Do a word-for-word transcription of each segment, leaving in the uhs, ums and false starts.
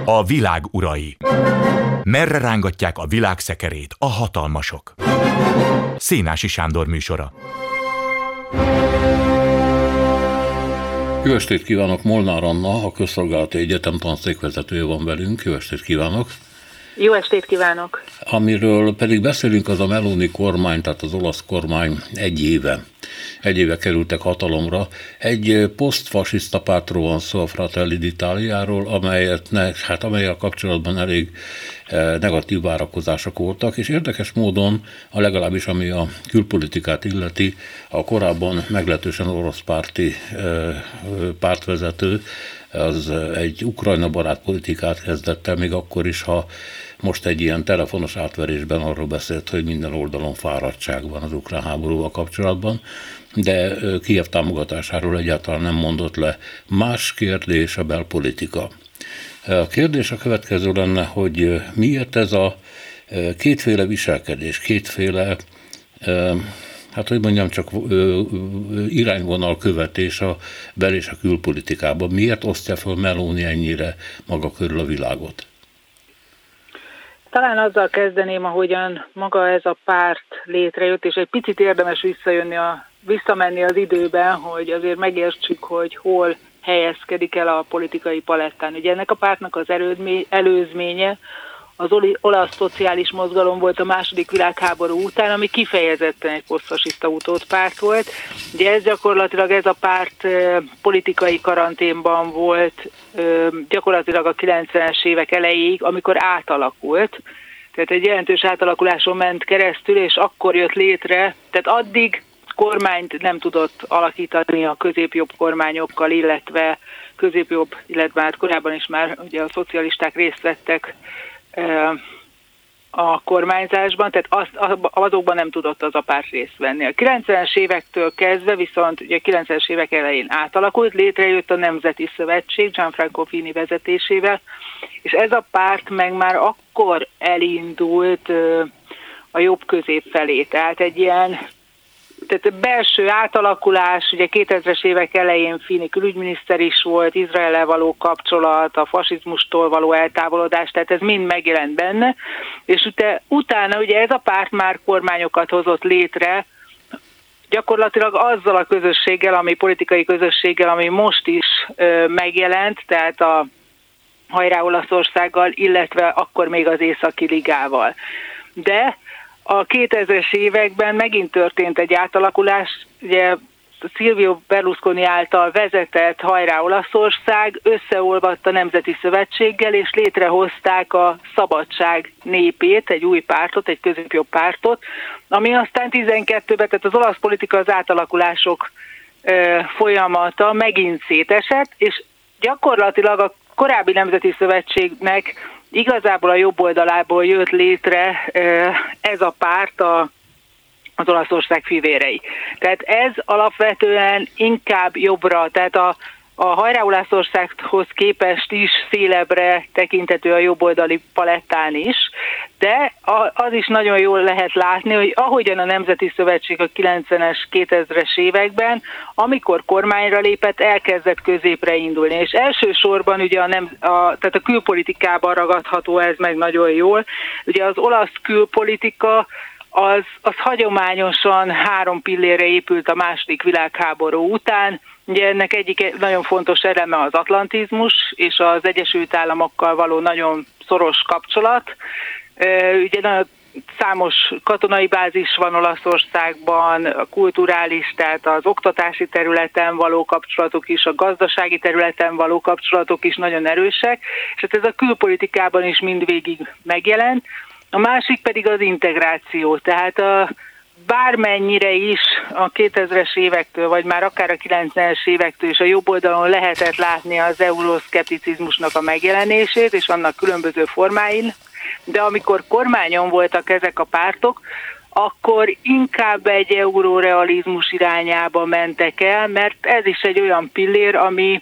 A világ urai. Merre rángatják a világ szekerét a hatalmasok? Szénási Sándor műsora. Jó estét kívánok, Molnár Anna, a Közszolgálati Egyetem tanszékvezetője van velünk. Jó estét kívánok! Jó estét kívánok! Amiről pedig beszélünk, az a Meloni kormány, tehát az olasz kormány egy éve. Egy éve kerültek hatalomra. Egy posztfasiszta pártról van szó, a Fratelli d'Italiáról, amelyet, hát amelyel kapcsolatban elég negatív várakozások voltak, és érdekes módon, a legalábbis ami a külpolitikát illeti, a korábban meglehetősen orosz párti pártvezető, az egy Ukrajna barát politikát kezdett el, még akkor is, ha most egy ilyen telefonos átverésben arról beszélt, hogy minden oldalon fáradtság van az ukrán háborúval kapcsolatban, de Kijev támogatásáról egyáltalán nem mondott le. Más kérdés a belpolitika. A kérdés a következő lenne, hogy miért ez a kétféle viselkedés, kétféle, hát hogy mondjam, csak irányvonal követés a bel- és a külpolitikában. Miért osztja fel Meloni ennyire maga körül a világot? Talán azzal kezdeném, ahogyan maga ez a párt létrejött, és egy picit érdemes visszajönni a, visszamenni az időben, hogy azért megértsük, hogy hol helyezkedik el a politikai palettán. Ugye ennek a pártnak az erődmény, előzménye az olasz szociális mozgalom volt a második világháború után, ami kifejezetten egy posztfasiszta utódpárt volt. Ugye ez gyakorlatilag ez a párt politikai karanténban volt gyakorlatilag a kilencvenes évek elejéig, amikor átalakult. Tehát egy jelentős átalakuláson ment keresztül, és akkor jött létre, tehát addig kormányt nem tudott alakítani a középjobb kormányokkal, illetve középjobb, illetve hát korábban is már ugye a szocialisták részt vettek a kormányzásban, tehát az, azokban nem tudott az a párt részt venni. A kilencvenes évektől kezdve viszont ugye a kilencvenes évek elején átalakult, létrejött a Nemzeti Szövetség Gianfranco Fini vezetésével, és ez a párt meg már akkor elindult a jobb közép felé, tehát egy ilyen tehát belső átalakulás, ugye kétezres évek elején Fini külügyminiszter is volt, Izraellel való kapcsolat, a fasizmustól való eltávolodás, tehát ez mind megjelent benne, és utána ugye ez a párt már kormányokat hozott létre, gyakorlatilag azzal a közösséggel, ami politikai közösséggel, ami most is ö, megjelent, tehát a Hajrá Olaszországgal, illetve akkor még az Északi Ligával. De a kétezres években megint történt egy átalakulás, ugye Silvio Berlusconi által vezetett Hajrá Olaszország összeolvadt a Nemzeti Szövetséggel, és létrehozták a Szabadság népét, egy új pártot, egy középjobb pártot, ami aztán tizenkettőben, tehát az olasz politika az átalakulások ö, folyamata megint szétesett, és gyakorlatilag a korábbi Nemzeti Szövetségnek igazából a jobb oldalából jött létre ez a párt, a, az Olaszország fivérei. Tehát ez alapvetően inkább jobbra, tehát a, a Hajrá Olaszországhoz képest is szélebbre tekintető a jobboldali palettán is, de az is nagyon jól lehet látni, hogy ahogyan a Nemzeti Szövetség a kilencvenes, kétezres években, amikor kormányra lépett, elkezdett középre indulni, és elsősorban ugye a, nem, a, tehát a külpolitikában ragadható ez meg nagyon jól. Ugye az olasz külpolitika az, az hagyományosan három pillére épült a második világháború után. Ugye ennek egyik nagyon fontos eleme az atlantizmus és az Egyesült Államokkal való nagyon szoros kapcsolat. Ugye nagyon számos katonai bázis van Olaszországban, a kulturális, tehát az oktatási területen való kapcsolatok is, a gazdasági területen való kapcsolatok is nagyon erősek, és hát ez a külpolitikában is mindvégig megjelent. A másik pedig az integráció, tehát a bármennyire is a kétezres évektől, vagy már akár a kilencvenes évektől is a jobb oldalon lehetett látni az euroszkepticizmusnak a megjelenését, és annak különböző formáin, de amikor kormányon voltak ezek a pártok, akkor inkább egy eurorealizmus irányába mentek el, mert ez is egy olyan pillér, ami,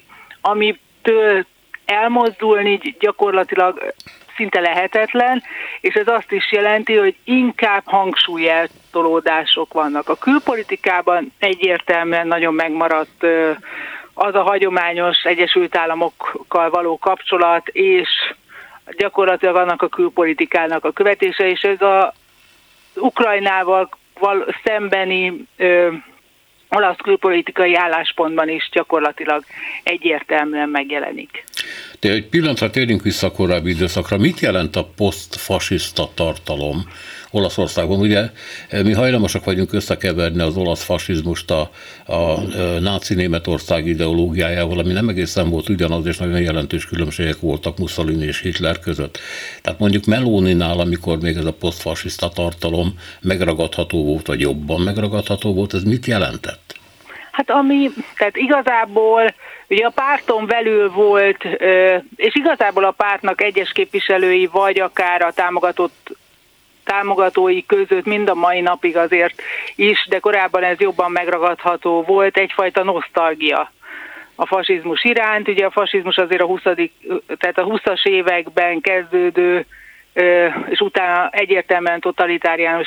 amitől elmozdulni gyakorlatilag szinte lehetetlen, és ez azt is jelenti, hogy inkább hangsúlyeltolódások vannak. A külpolitikában egyértelműen nagyon megmaradt az a hagyományos Egyesült Államokkal való kapcsolat, és gyakorlatilag annak a külpolitikának a követése, és ez a Ukrajnával szembeni ö, olasz külpolitikai álláspontban is gyakorlatilag egyértelműen megjelenik. De egy pillanatra térjünk vissza a korábbi időszakra. Mit jelent a posztfasiszta tartalom Olaszországban? Ugye mi hajlamosak vagyunk összekeverni az olasz fasizmust a, a, a náci Németország ideológiájával, ami nem egészen volt ugyanaz, és nagyon jelentős különbségek voltak Mussolini és Hitler között. Tehát mondjuk Meloninál, amikor még ez a posztfasiszta tartalom megragadható volt, vagy jobban megragadható volt, ez mit jelentett? Hát ami, tehát igazából ugye a párton belül volt, és igazából a pártnak egyes képviselői, vagy akár a támogatott támogatói között mind a mai napig azért is, de korábban ez jobban megragadható volt, egyfajta nosztalgia a fasizmus iránt. Ugye a fasizmus azért a huszadik tehát a huszas években kezdődő, és utána egyértelműen totalitáriánus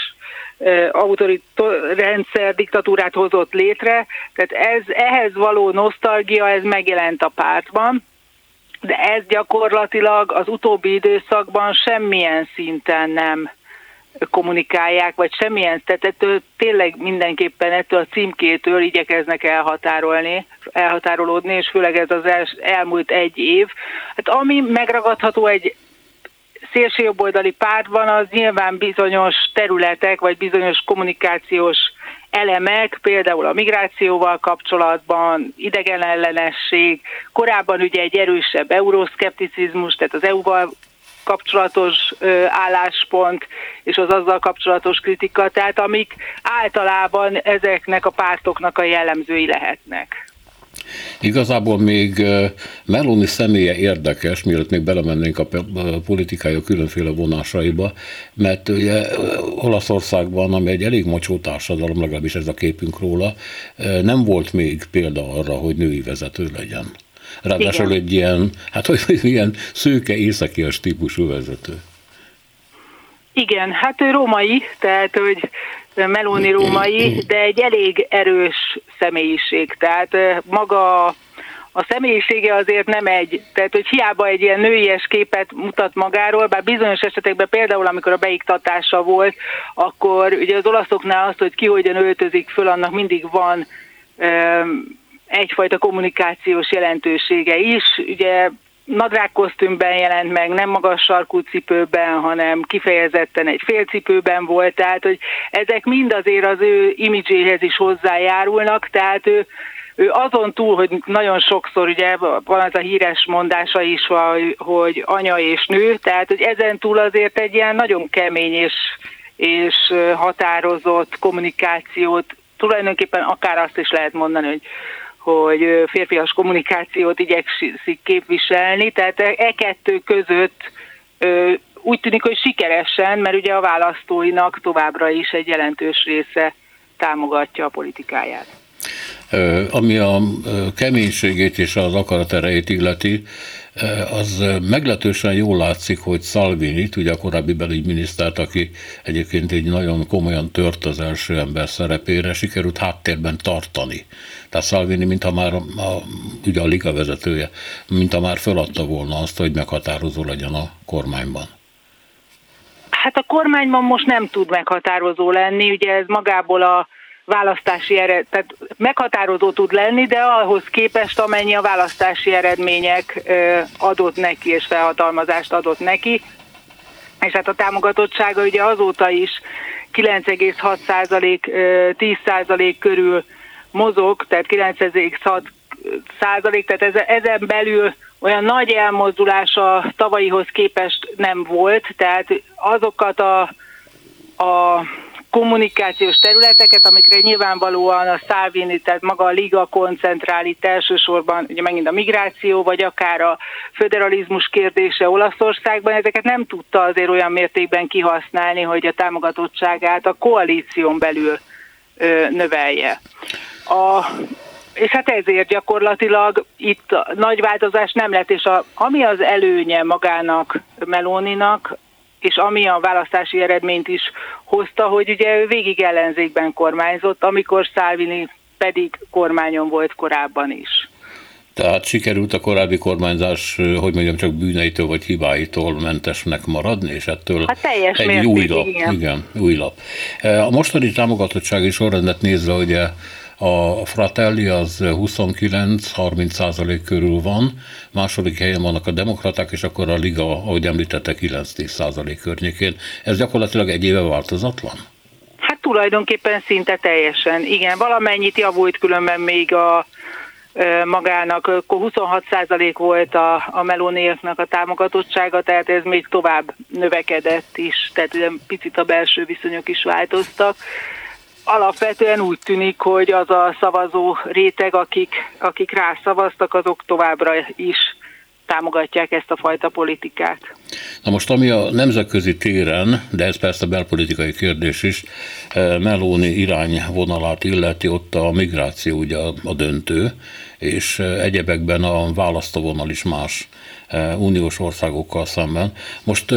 rendszer, diktatúrát hozott létre, tehát ez, ehhez való nosztalgia, ez megjelent a pártban, de ez gyakorlatilag az utóbbi időszakban semmilyen szinten nem kommunikálják, vagy semmilyen, tehát ettől tényleg mindenképpen ettől a címkétől igyekeznek elhatárolni, elhatárolódni, és főleg ez az el, elmúlt egy év. Hát ami megragadható egy szélsőjobboldali pártban, az nyilván bizonyos területek, vagy bizonyos kommunikációs elemek, például a migrációval kapcsolatban, idegenellenesség, korábban ugye egy erősebb euroszkepticizmus, tehát az é u-val kapcsolatos ö, álláspont, és az azzal kapcsolatos kritika, tehát amik általában ezeknek a pártoknak a jellemzői lehetnek. Igazából még Meloni személye érdekes, mielőtt még belemennénk a politikája különféle vonásaiba, mert ugye Olaszországban, ami egy elég macsó társadalom, legalábbis ez a képünk róla, nem volt még példa arra, hogy női vezető legyen. Ráadásul egy ilyen, hát hogy ilyen szőke északias típusú vezető. Igen, hát ő római, tehát hogy Meloni római, de egy elég erős személyiség, tehát maga a személyisége azért nem egy, tehát hogy hiába egy ilyen nőies képet mutat magáról, bár bizonyos esetekben például amikor a beiktatása volt, akkor ugye az olaszoknál az, hogy ki hogyan öltözik föl, annak mindig van um, egyfajta kommunikációs jelentősége is, ugye nadrágkosztümben jelent meg, nem magas sarkú cipőben, hanem kifejezetten egy félcipőben volt, tehát hogy ezek mind azért az ő imidzséhez is hozzájárulnak, tehát ő, ő azon túl, hogy nagyon sokszor ugye van az a híres mondása is, hogy anya és nő, tehát hogy ezen túl azért egy ilyen nagyon kemény és, és határozott kommunikációt, tulajdonképpen akár azt is lehet mondani, hogy hogy férfias kommunikációt igyekszik képviselni, tehát e kettő között úgy tűnik, hogy sikeresen, mert ugye a választóinak továbbra is egy jelentős része támogatja a politikáját. Ami a keménységét és az akaraterejét illeti, az meglehetősen jól látszik, hogy Salvinit, ugye a korábbi belügyminisztert, aki egyébként egy nagyon komolyan tört az első ember szerepére, sikerült háttérben tartani. Tehát Salvini, mintha már a, ugye a liga vezetője, mintha már feladta volna azt, hogy meghatározó legyen a kormányban. Hát a kormányban most nem tud meghatározó lenni, ugye ez magából a választási ered, tehát meghatározó tud lenni, de ahhoz képest, amennyi a választási eredmények adott neki, és felhatalmazást adott neki, és hát a támogatottsága ugye azóta is kilenc egész hat százalék, tíz százalék körül mozog, tehát kilenc egész hat százalék, tehát ezen belül olyan nagy elmozdulás a tavalyihoz képest nem volt, tehát azokat a, a kommunikációs területeket, amikre nyilvánvalóan a Salvini, tehát maga a liga koncentrál itt elsősorban, ugye megint a migráció, vagy akár a föderalizmus kérdése Olaszországban, ezeket nem tudta azért olyan mértékben kihasználni, hogy a támogatottságát a koalíción belül ö, növelje. A, és hát ezért gyakorlatilag itt nagy változás nem lett, és a, ami az előnye magának, Meloninak, és ami a választási eredményt is hozta, hogy ugye ő végig ellenzékben kormányzott, amikor Salvini pedig kormányon volt korábban is. Tehát sikerült a korábbi kormányzás, hogy mondjam, csak bűneitől vagy hibáitól mentesnek maradni, és ettől hát teljes egy mérték, új lap. igen. igen, új lap. A mostani támogatottsági sorrendet nézve, ugye a Fratelli az huszonkilenc-harminc százalék körül van, második helyen vannak a demokraták, és akkor a Liga, ahogy említette, kilenc-tíz százalék környékén. Ez gyakorlatilag egy éve változatlan? Hát tulajdonképpen szinte teljesen. Igen, valamennyit javult különben még a magának, akkor huszonhat százalék volt a, a Meloniéknak a támogatottsága, tehát ez még tovább növekedett is, tehát ugye picit a belső viszonyok is változtak. Alapvetően úgy tűnik, hogy az a szavazó réteg, akik, akik rászavaztak, azok továbbra is támogatják ezt a fajta politikát. Na most, ami a nemzetközi téren, de ez persze belpolitikai kérdés is, Meloni irányvonalát illeti, ott a migráció ugye a döntő, és egyebekben a választóvonal is más uniós országokkal szemben. Most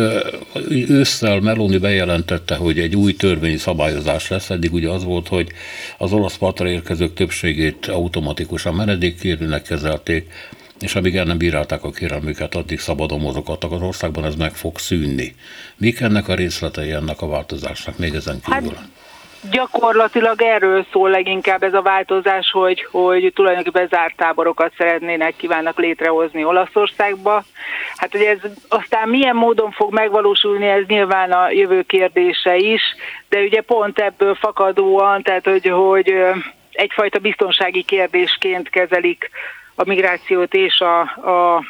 ősszel Meloni bejelentette, hogy egy új törvényi szabályozás lesz, eddig ugye az volt, hogy az olasz partra érkezők többségét automatikusan menedékkérőnek kezelték, és amíg el nem bírálták a kérelmüket, addig szabadon mozoghattak az országban, ez meg fog szűnni. Mik ennek a részletei ennek a változásnak még ezen kívül? Hát, gyakorlatilag erről szól leginkább ez a változás, hogy, hogy tulajdonképpen zárt táborokat szeretnének, kívánnak létrehozni Olaszországba. Hát ugye ez aztán milyen módon fog megvalósulni, ez nyilván a jövő kérdése is, de ugye pont ebből fakadóan, tehát hogy, hogy egyfajta biztonsági kérdésként kezelik a migrációt és a, a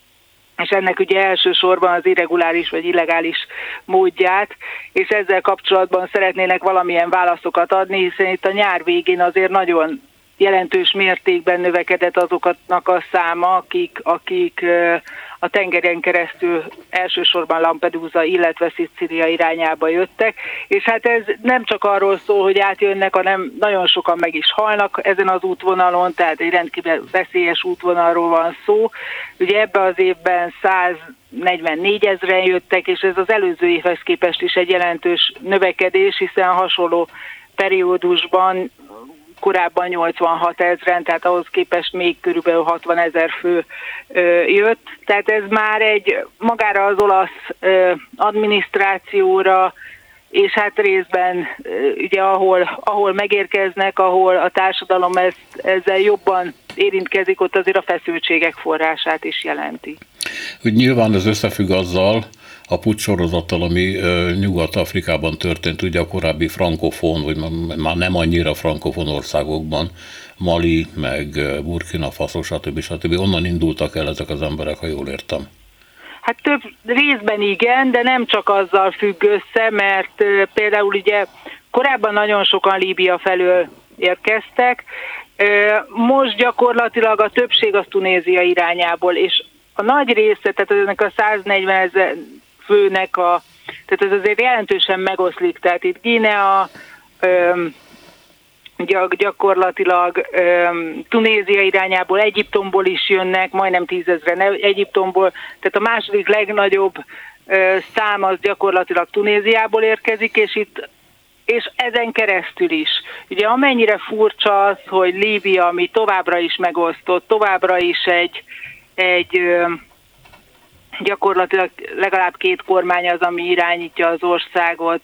és ennek ugye elsősorban az irreguláris vagy illegális módját, és ezzel kapcsolatban szeretnének valamilyen válaszokat adni, hiszen itt a nyár végén azért nagyon jelentős mértékben növekedett azoknak a száma, akik, akik a tengeren keresztül elsősorban Lampedusa, illetve Szicília irányába jöttek, és hát ez nem csak arról szól, hogy átjönnek, hanem nagyon sokan meg is halnak ezen az útvonalon, tehát egy rendkívül veszélyes útvonalról van szó. Ugye ebben az évben száznegyvennégy ezren jöttek, és ez az előző évhez képest is egy jelentős növekedés, hiszen hasonló periódusban korábban nyolcvanhat ezren, tehát ahhoz képest még körülbelül hatvan ezer fő ö, jött. Tehát ez már egy magára az olasz ö, adminisztrációra, és hát részben ö, ugye ahol, ahol megérkeznek, ahol a társadalom ezt, ezzel jobban érintkezik, ott azért a feszültségek forrását is jelenti. Úgy nyilván ez összefügg azzal, a puccs sorozattal, ami uh, Nyugat-Afrikában történt, ugye a korábbi frankofon, vagy már nem annyira frankofon országokban, Mali, meg Burkina Faso, stb. stb. Onnan indultak el ezek az emberek, ha jól értem. Hát több részben igen, de nem csak azzal függ össze, mert uh, például ugye korábban nagyon sokan Líbia felől érkeztek, uh, most gyakorlatilag a többség az Tunézia irányából, és a nagy része, tehát ennek a száznegyven ezer főnek a, tehát ez azért jelentősen megoszlik, tehát itt Guinea, öm, gyak, gyakorlatilag öm, Tunézia irányából, Egyiptomból is jönnek, majdnem tízezren Egyiptomból, tehát a második legnagyobb ö, szám az gyakorlatilag Tunéziából érkezik, és itt és ezen keresztül is. Ugye amennyire furcsa az, hogy Líbia, ami továbbra is megosztott, továbbra is egy, egy öm, gyakorlatilag legalább két kormány az, ami irányítja az országot,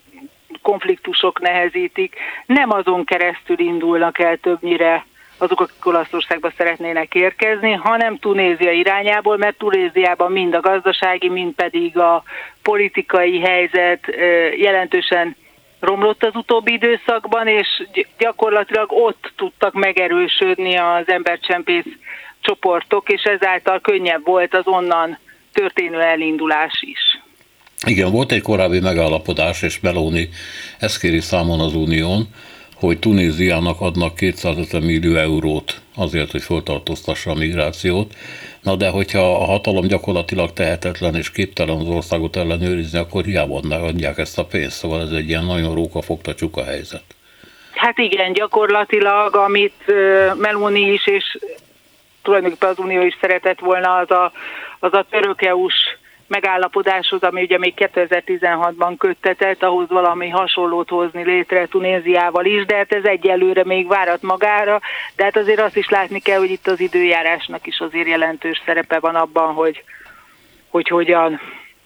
konfliktusok nehezítik, nem azon keresztül indulnak el többnyire azok, akik Olaszországba szeretnének érkezni, hanem Tunézia irányából, mert Tunéziában mind a gazdasági, mind pedig a politikai helyzet jelentősen romlott az utóbbi időszakban, és gyakorlatilag ott tudtak megerősödni az embercsempész csoportok, és ezáltal könnyebb volt az onnan történő elindulás is. Igen, volt egy korábbi megállapodás, és Meloni ezt kéri számon az Unión, hogy Tunéziának adnak kétszázötven millió eurót azért, hogy föltartóztassa a migrációt. Na de hogyha a hatalom gyakorlatilag tehetetlen és képtelen az országot ellenőrizni, akkor hiába adják ezt a pénzt, szóval ez egy ilyen nagyon rókafogta csuka helyzet. Hát igen, gyakorlatilag, amit Meloni is, és tulajdonképpen az Unió is szeretett volna, az a, az a török é u-s megállapodáshoz, ami ugye még kétezer-tizenhatban köttetett, ahhoz valami hasonlót hozni létre Tunéziával is, de hát ez egyelőre még várat magára, de hát azért azt is látni kell, hogy itt az időjárásnak is azért jelentős szerepe van abban, hogy, hogy hogyan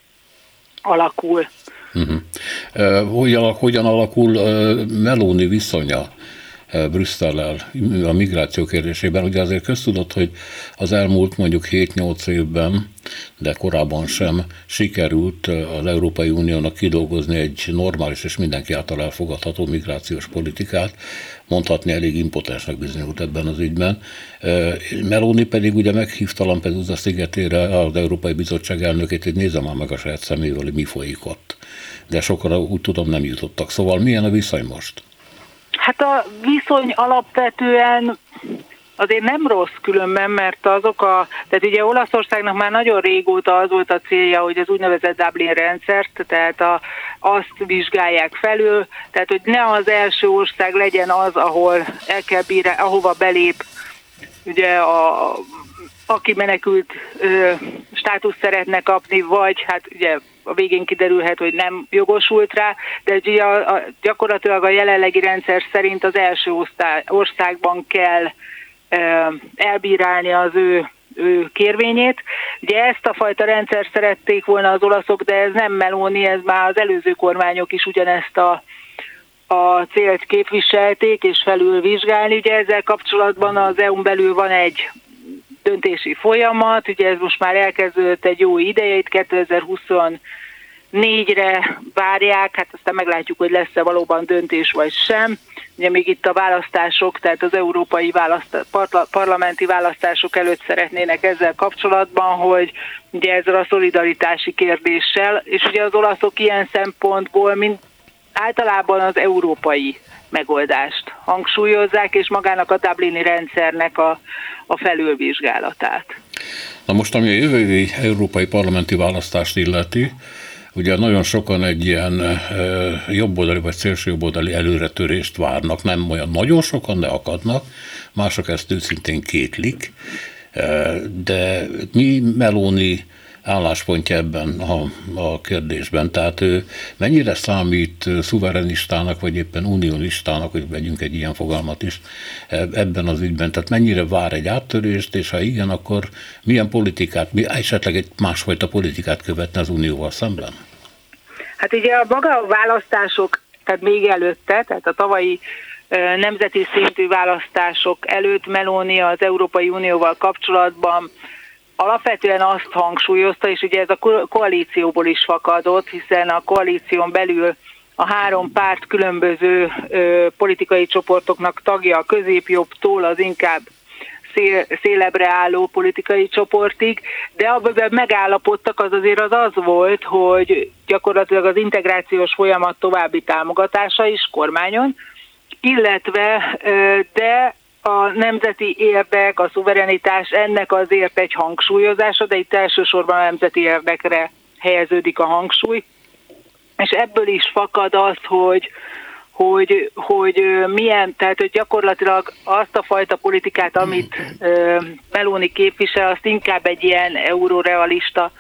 alakul. Uh-huh. Uh, hogyan, hogyan alakul uh, Meloni viszonya Brüsszellel a migráció kérdésében? Ugye azért köztudott, hogy az elmúlt mondjuk hét-nyolc évben, de korábban sem sikerült az Európai Uniónak kidolgozni egy normális és mindenki által elfogadható migrációs politikát, mondhatni elég impotensnek bizonyult ebben az ügyben. Meloni pedig ugye meghívta Lampedusa szigetére az Európai Bizottság elnökét, hogy nézze már meg a saját szeméről, hogy mi folyik ott. De sokra úgy tudom nem jutottak. Szóval milyen a viszony most? Hát a viszony alapvetően azért nem rossz különben, mert azok a, tehát ugye Olaszországnak már nagyon régóta az volt a célja, hogy az úgynevezett Dublin rendszert, tehát a, azt vizsgálják felül, tehát hogy ne az első ország legyen az, ahol el kell bírálni, ahova belép ugye a, aki menekült ö, státuszt szeretne kapni, vagy hát ugye a végén kiderülhet, hogy nem jogosult rá, de ugye a, a, gyakorlatilag a jelenlegi rendszer szerint az első osztály, országban kell e, elbírálni az ő, ő kérvényét. Ugye ezt a fajta rendszer szerették volna az olaszok, de ez nem Meloni, ez már az előző kormányok is ugyanezt a, a célt képviselték és felülvizsgálni. Ugye ezzel kapcsolatban az é u-n belül van egy döntési folyamat, ugye ez most már elkezdődött egy jó ideje, itt kétezer-huszonnégyre várják, hát aztán meglátjuk, hogy lesz-e valóban döntés vagy sem. Ugye még itt a választások, tehát az európai választ- parlamenti választások előtt szeretnének ezzel kapcsolatban, hogy ugye ezzel a szolidaritási kérdéssel, és ugye az olaszok ilyen szempontból, mint általában az európai megoldást hangsúlyozzák, és magának a Dublini rendszernek a, a felülvizsgálatát. Na most, ami a jövő évi európai parlamenti választást illeti, ugye nagyon sokan egy ilyen e, jobboldali vagy szélsőjobboldali előretörést várnak, nem olyan nagyon sokan, de akadnak, mások ezt őszintén kétlik, e, de mi Meloni álláspontja ebben a, a kérdésben, tehát ő mennyire számít szuverenistának, vagy éppen unionistának, hogy vegyünk egy ilyen fogalmat is ebben az ügyben, tehát mennyire vár egy áttörést, és ha igen, akkor milyen politikát, esetleg egy másfajta politikát követne az unióval szemben? Hát ugye a maga a választások, tehát még előtte, tehát a tavalyi nemzeti szintű választások előtt Meloni az Európai Unióval kapcsolatban alapvetően azt hangsúlyozta, és ugye ez a koalícióból is fakadott, hiszen a koalíción belül a három párt különböző ö, politikai csoportoknak tagja, a középjobbtól az inkább szél, szélebbre álló politikai csoportig, de abban megállapodtak, az azért az az volt, hogy gyakorlatilag az integrációs folyamat további támogatása is kormányon, illetve ö, de a nemzeti érdek, a szuverenitás ennek azért egy hangsúlyozása, de itt elsősorban a nemzeti érdekre helyeződik a hangsúly. És ebből is fakad az, hogy, hogy, hogy milyen, tehát hogy gyakorlatilag azt a fajta politikát, amit Meloni képvisel, azt inkább egy ilyen eurorealista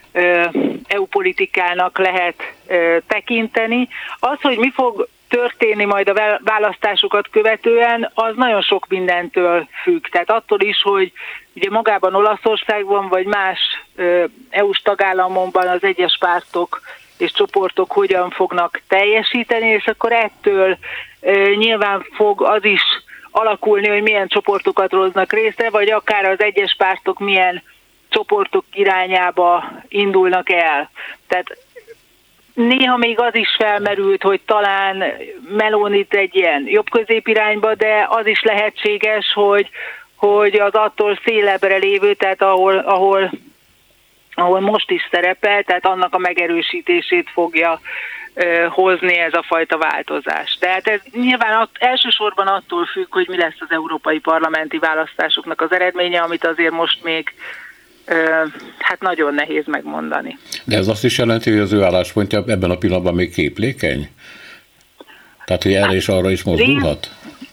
é u politikának lehet tekinteni. Az, hogy mi fog történni majd a választásokat követően, az nagyon sok mindentől függ. Tehát attól is, hogy ugye magában Olaszországban, vagy más é u-s tagállamokban az egyes pártok és csoportok hogyan fognak teljesíteni, és akkor ettől nyilván fog az is alakulni, hogy milyen csoportokat hoznak részre, vagy akár az egyes pártok milyen csoportok irányába indulnak el. Tehát néha még az is felmerült, hogy talán Melonit egy ilyen jobb középirányba, de az is lehetséges, hogy, hogy az attól szélebbre lévő, tehát ahol, ahol, ahol most is szerepel, tehát annak a megerősítését fogja ö, hozni ez a fajta változás. Tehát ez nyilván att, elsősorban attól függ, hogy mi lesz az európai parlamenti választásoknak az eredménye, amit azért most még hát nagyon nehéz megmondani. De ez azt is jelenti, hogy az ő álláspontja ebben a pillanatban még képlékeny? Tehát, hogy erre és arra is mozdulhat?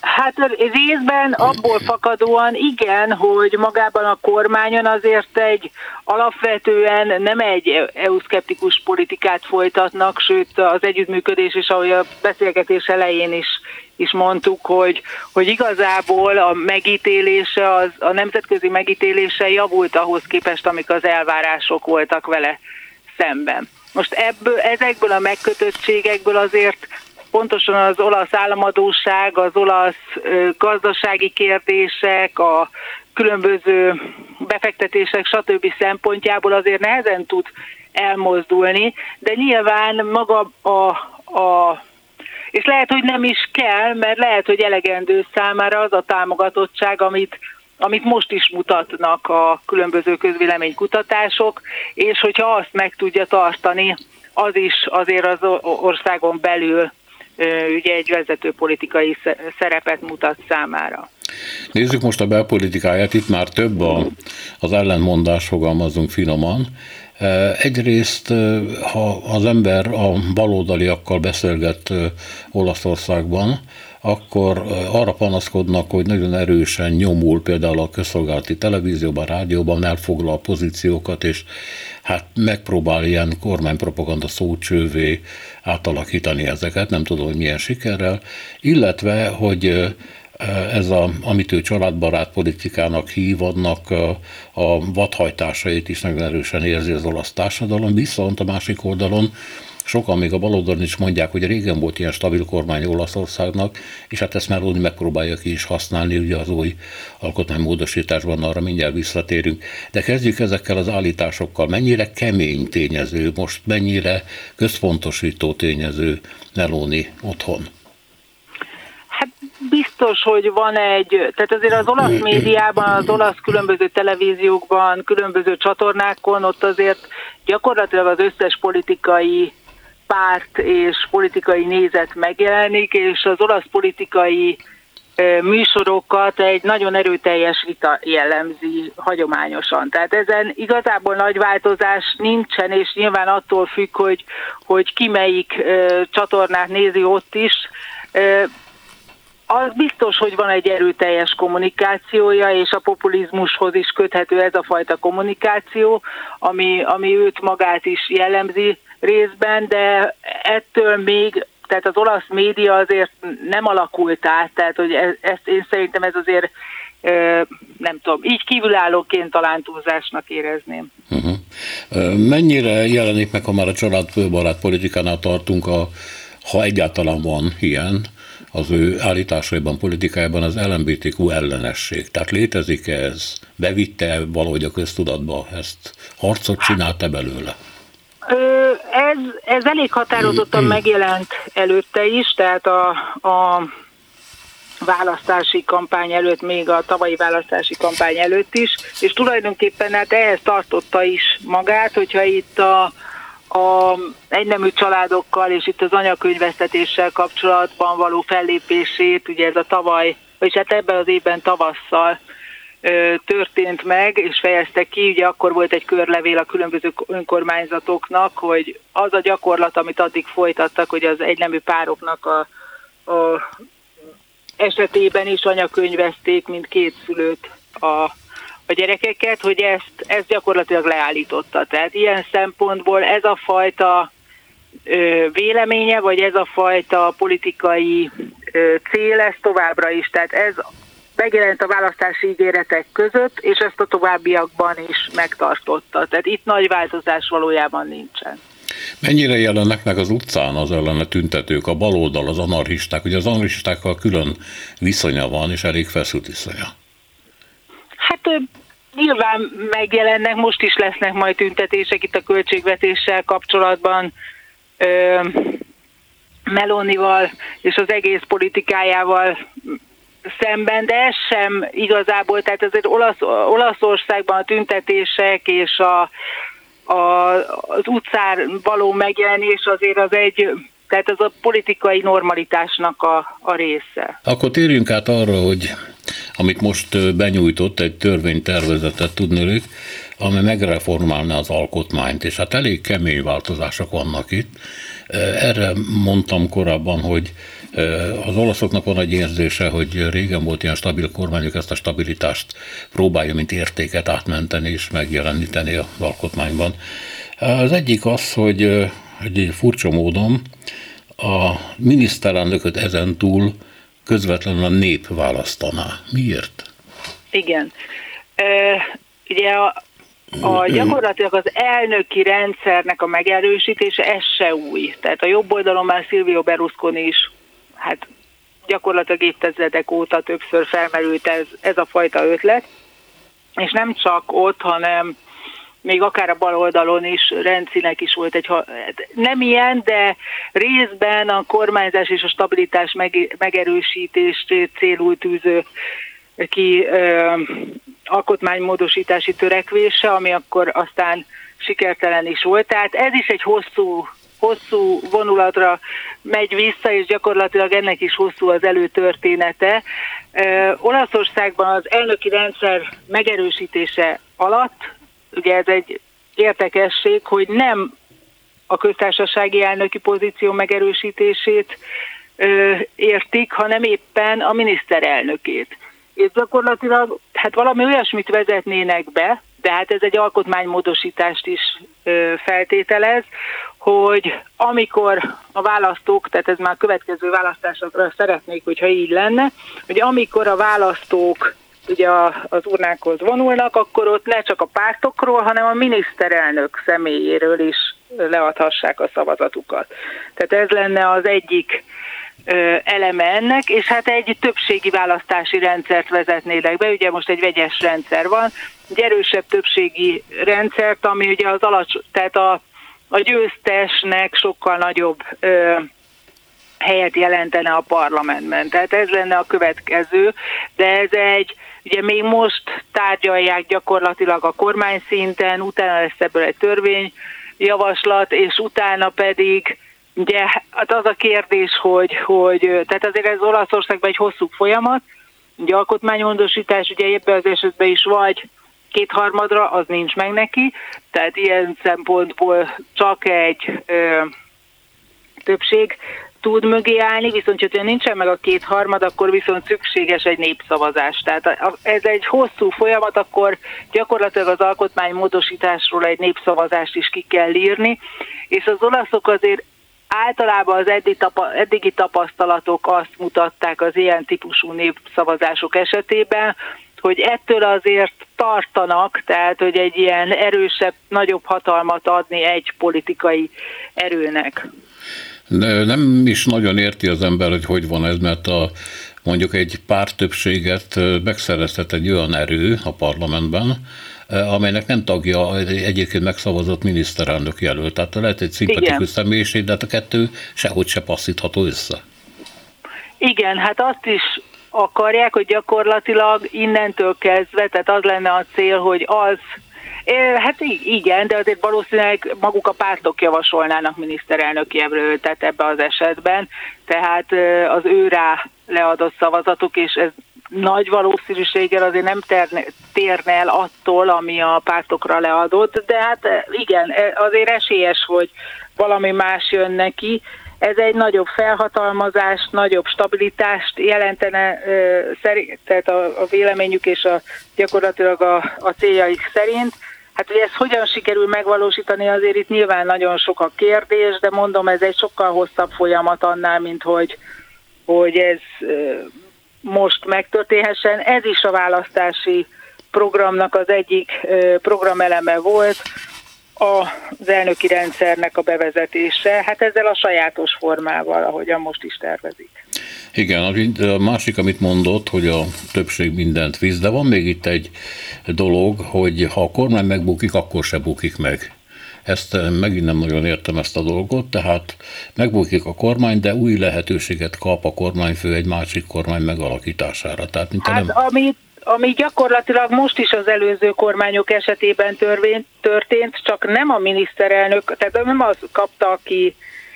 Hát részben abból fakadóan igen, hogy magában a kormányon azért egy alapvetően nem egy é u-szkeptikus politikát folytatnak, sőt az együttműködés is, ahogy a beszélgetés elején is, is mondtuk, hogy, hogy igazából a megítélése, az, a nemzetközi megítélése javult ahhoz képest, amik az elvárások voltak vele szemben. Most ebből, ezekből a megkötöttségekből azért pontosan az olasz államadósság, az olasz gazdasági kérdések, a különböző befektetések, stb. Szempontjából azért nehezen tud elmozdulni, de nyilván maga a, a és lehet, hogy nem is kell, mert lehet, hogy elegendő számára az a támogatottság, amit amit most is mutatnak a különböző közvéleménykutatások, és hogyha azt meg tudja tartani, az is azért az országon belül ugye egy vezető politikai szerepet mutat számára. Nézzük most a belpolitikáját, itt már több a, az ellentmondás, fogalmazunk finoman. Egyrészt, ha az ember a baloldaliakkal beszélget Olaszországban, akkor arra panaszkodnak, hogy nagyon erősen nyomul például a közszolgálati televízióban, rádióban, elfoglal pozíciókat, és hát megpróbál ilyen kormánypropaganda szócsővé átalakítani ezeket, nem tudom, hogy milyen sikerrel, illetve, hogy ez, a, amit ő családbarát politikának hív, annak a, a vadhajtásait is nagyon erősen érzi az olasz társadalom, viszont a másik oldalon sokan még a baloldalon is mondják, hogy régen volt ilyen stabil kormány Olaszországnak, és hát ezt már úgy megpróbálja ki is használni, ugye az új alkotmánymódosításban, arra mindjárt visszatérünk. De kezdjük ezekkel az állításokkal. Mennyire kemény tényező, most mennyire központosító tényező Meloni otthon? Hát biztos, hogy van egy, tehát azért az olasz médiában, az olasz különböző televíziókban, különböző csatornákon, ott azért gyakorlatilag az összes politikai párt és politikai nézet megjelenik, és az olasz politikai műsorokat egy nagyon erőteljes vita jellemzi hagyományosan. Tehát ezen igazából nagy változás nincsen, és nyilván attól függ, hogy, hogy ki melyik csatornát nézi ott is. Az biztos, hogy van egy erőteljes kommunikációja, és a populizmushoz is köthető ez a fajta kommunikáció, ami, ami őt magát is jellemzi részben, de ettől még, tehát az olasz média azért nem alakult át, tehát hogy ez, ezt én szerintem ez azért nem tudom, így kívülállóként talán túlzásnak érezném. Uh-huh. Mennyire jelenik meg, ha már a családbarát politikánál tartunk, a, ha egyáltalán van ilyen, az ő állításaiban, politikájában az el em bé té kú ellenesség. Tehát létezik ez? Bevitte valahogy a köztudatba ezt? Harcot csinálta belőle? Ez, ez elég határozottan megjelent előtte is, tehát a, a választási kampány előtt, még a tavalyi választási kampány előtt is, és tulajdonképpen hát ehhez tartotta is magát, hogyha itt a a egynemű családokkal és itt az anyakönyvesztetéssel kapcsolatban való fellépését, ugye ez a tavaly, vagyis hát ebben az évben tavasszal ö, történt meg, és fejezte ki, ugye akkor volt egy körlevél a különböző önkormányzatoknak, hogy az a gyakorlat, amit addig folytattak, hogy az egynemű pároknak a, a esetében is anyakönyvezték, mint két szülőt a a gyerekeket, hogy ezt, ezt gyakorlatilag leállította. Tehát ilyen szempontból ez a fajta ö, véleménye, vagy ez a fajta politikai ö, cél, ez továbbra is. Tehát ez megjelent a választási ígéretek között, és ezt a továbbiakban is megtartotta. Tehát itt nagy változás valójában nincsen. Mennyire jelennek meg az utcán az ellene tüntetők, a baloldal, az anarchisták? Ugye az anarchistákkal külön viszonya van, és elég feszült viszonya. Hát nyilván megjelennek, most is lesznek majd tüntetések itt a költségvetéssel kapcsolatban ö, Melonival és az egész politikájával szemben, de ez sem igazából, tehát azért Olasz, Olaszországban a tüntetések és a, a, az utcán való megjelenés azért az egy, tehát az a politikai normalitásnak a, a része. Akkor térjünk át arra, hogy amit most benyújtott, egy törvénytervezetet tudnélik, ami megreformálna az alkotmányt, és hát elég kemény változások vannak itt. Erre mondtam korábban, hogy Az olaszoknak van egy érzése, hogy régen volt ilyen stabil kormányok, ezt a stabilitást próbálja, mint értéket átmenteni és megjeleníteni az alkotmányban. Az egyik az, hogy egy furcsa módon a miniszterelnököt ezentúl közvetlenül a nép választaná. Miért? Igen. E, ugye a, a gyakorlatilag az elnöki rendszernek a megerősítése, ez se új. Tehát a jobb oldalon már Silvio Berlusconi is, hát gyakorlatilag évtizedek óta többször felmerült ez, ez a fajta ötlet, és nem csak ott, hanem még akár a bal oldalon is, Renzinek is volt egy, nem ilyen, de részben a kormányzás és a stabilitás megerősítést célul tűző ki ö, alkotmánymódosítási törekvése, ami akkor aztán sikertelen is volt. Tehát ez is egy hosszú, hosszú vonulatra megy vissza, és gyakorlatilag ennek is hosszú az előtörténete. Ö, Olaszországban az elnöki rendszer megerősítése alatt, ugye ez egy érdekesség, hogy nem a köztársasági elnöki pozíció megerősítését ö, értik, hanem éppen a miniszterelnökét. És gyakorlatilag hát valami olyasmit vezetnének be, de hát ez egy alkotmánymódosítást is ö, feltételez, hogy amikor a választók, tehát ez már a következő választásokra szeretnék, hogyha így lenne, hogy amikor a választók ugye az urnákhoz vonulnak, akkor ott ne csak a pártokról, hanem a miniszterelnök személyéről is leadhassák a szavazatukat. Tehát ez lenne az egyik eleme ennek, és hát egy többségi választási rendszert vezetnének be, ugye most egy vegyes rendszer van, egy erősebb többségi rendszert, ami ugye az alacsony, tehát a, a győztesnek sokkal nagyobb ö, helyet jelentene a parlamentben. Tehát ez lenne a következő, de ez egy, ugye még most tárgyalják gyakorlatilag a kormány szinten, utána lesz ebből egy törvényjavaslat, és utána pedig ugye hát az a kérdés, hogy, hogy tehát azért ez Olaszországban egy hosszú folyamat, ugye alkotmánymódosítás, ugye ebben az esetben is vagy kétharmadra, az nincs meg neki, tehát ilyen szempontból csak egy ö, többség tud mögé állni, viszont hogyha nincsen meg a kétharmad, akkor viszont szükséges egy népszavazás. Tehát ez egy hosszú folyamat, akkor gyakorlatilag az alkotmánymódosításról egy népszavazást is ki kell írni, és az olaszok azért általában az eddigi tapasztalatok azt mutatták az ilyen típusú népszavazások esetében, hogy ettől azért tartanak, tehát hogy egy ilyen erősebb, nagyobb hatalmat adni egy politikai erőnek. De nem is nagyon érti az ember, hogy hogy van ez, mert a, mondjuk egy párttöbbséget megszerezhet egy olyan erő a parlamentben, amelynek nem tagja egyébként megszavazott miniszterelnök jelölt. Tehát lehet egy szimpatikus személyiség, de hát a kettő sehogy se passzítható össze. Igen, hát azt is akarják, hogy gyakorlatilag innentől kezdve, tehát az lenne a cél, hogy az, hát igen, de azért valószínűleg maguk a pártok javasolnának miniszterelnöki jelöltet ebbe az esetben, tehát az ő rá leadott szavazatok, és ez nagy valószínűséggel azért nem terne, térne el attól, ami a pártokra leadott, de hát igen, azért esélyes, hogy valami más jön neki. Ez egy nagyobb felhatalmazást, nagyobb stabilitást jelentene, tehát a, a véleményük és a, gyakorlatilag a, a céljaik szerint. Hát, hogy ezt hogyan sikerül megvalósítani, azért itt nyilván nagyon sok a kérdés, de mondom, ez egy sokkal hosszabb folyamat annál, mint hogy, hogy ez most megtörténhessen. Ez is a választási programnak az egyik programeleme volt, az elnöki rendszernek a bevezetése, hát ezzel a sajátos formával, ahogyan most is tervezik. Igen, a másik, amit mondott, hogy a többség mindent visz, de van még itt egy dolog, hogy ha a kormány megbukik, akkor se bukik meg. Ezt megint nem nagyon értem ezt a dolgot, tehát megbukik a kormány, de új lehetőséget kap a kormányfő egy másik kormány megalakítására. Tehát, mint hát, nem... amit ami gyakorlatilag most is az előző kormányok esetében törvény, történt, csak nem a miniszterelnök, tehát nem az kapta, aki,